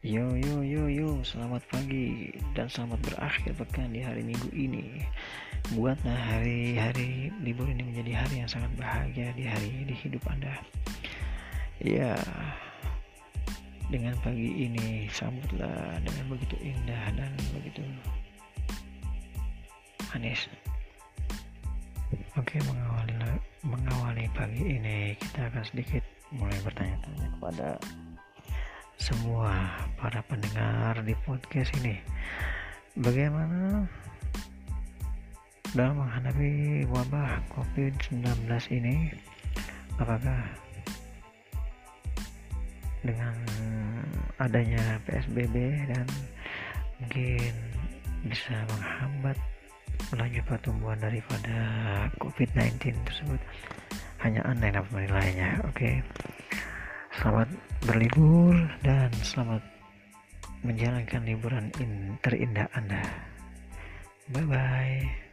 Yo yo yo yo, selamat pagi dan selamat berakhir pekan di hari Minggu ini. Buatlah hari-hari libur ini menjadi hari yang sangat bahagia di hidup Anda. Ya, dengan pagi ini sambutlah dengan begitu indah dan begitu manis. Oke, mengawali pagi ini kita akan sedikit mulai bertanya-tanya kepada semua para pendengar di podcast ini. Bagaimana dalam menghadapi wabah COVID-19 ini? Apakah dengan adanya PSBB dan mungkin bisa menghambat laju pertumbuhan daripada COVID-19 tersebut? Hanya Anda yang dapat menilainya. Oke. Selamat berlibur dan selamat menjalankan liburan terindah Anda. Bye bye.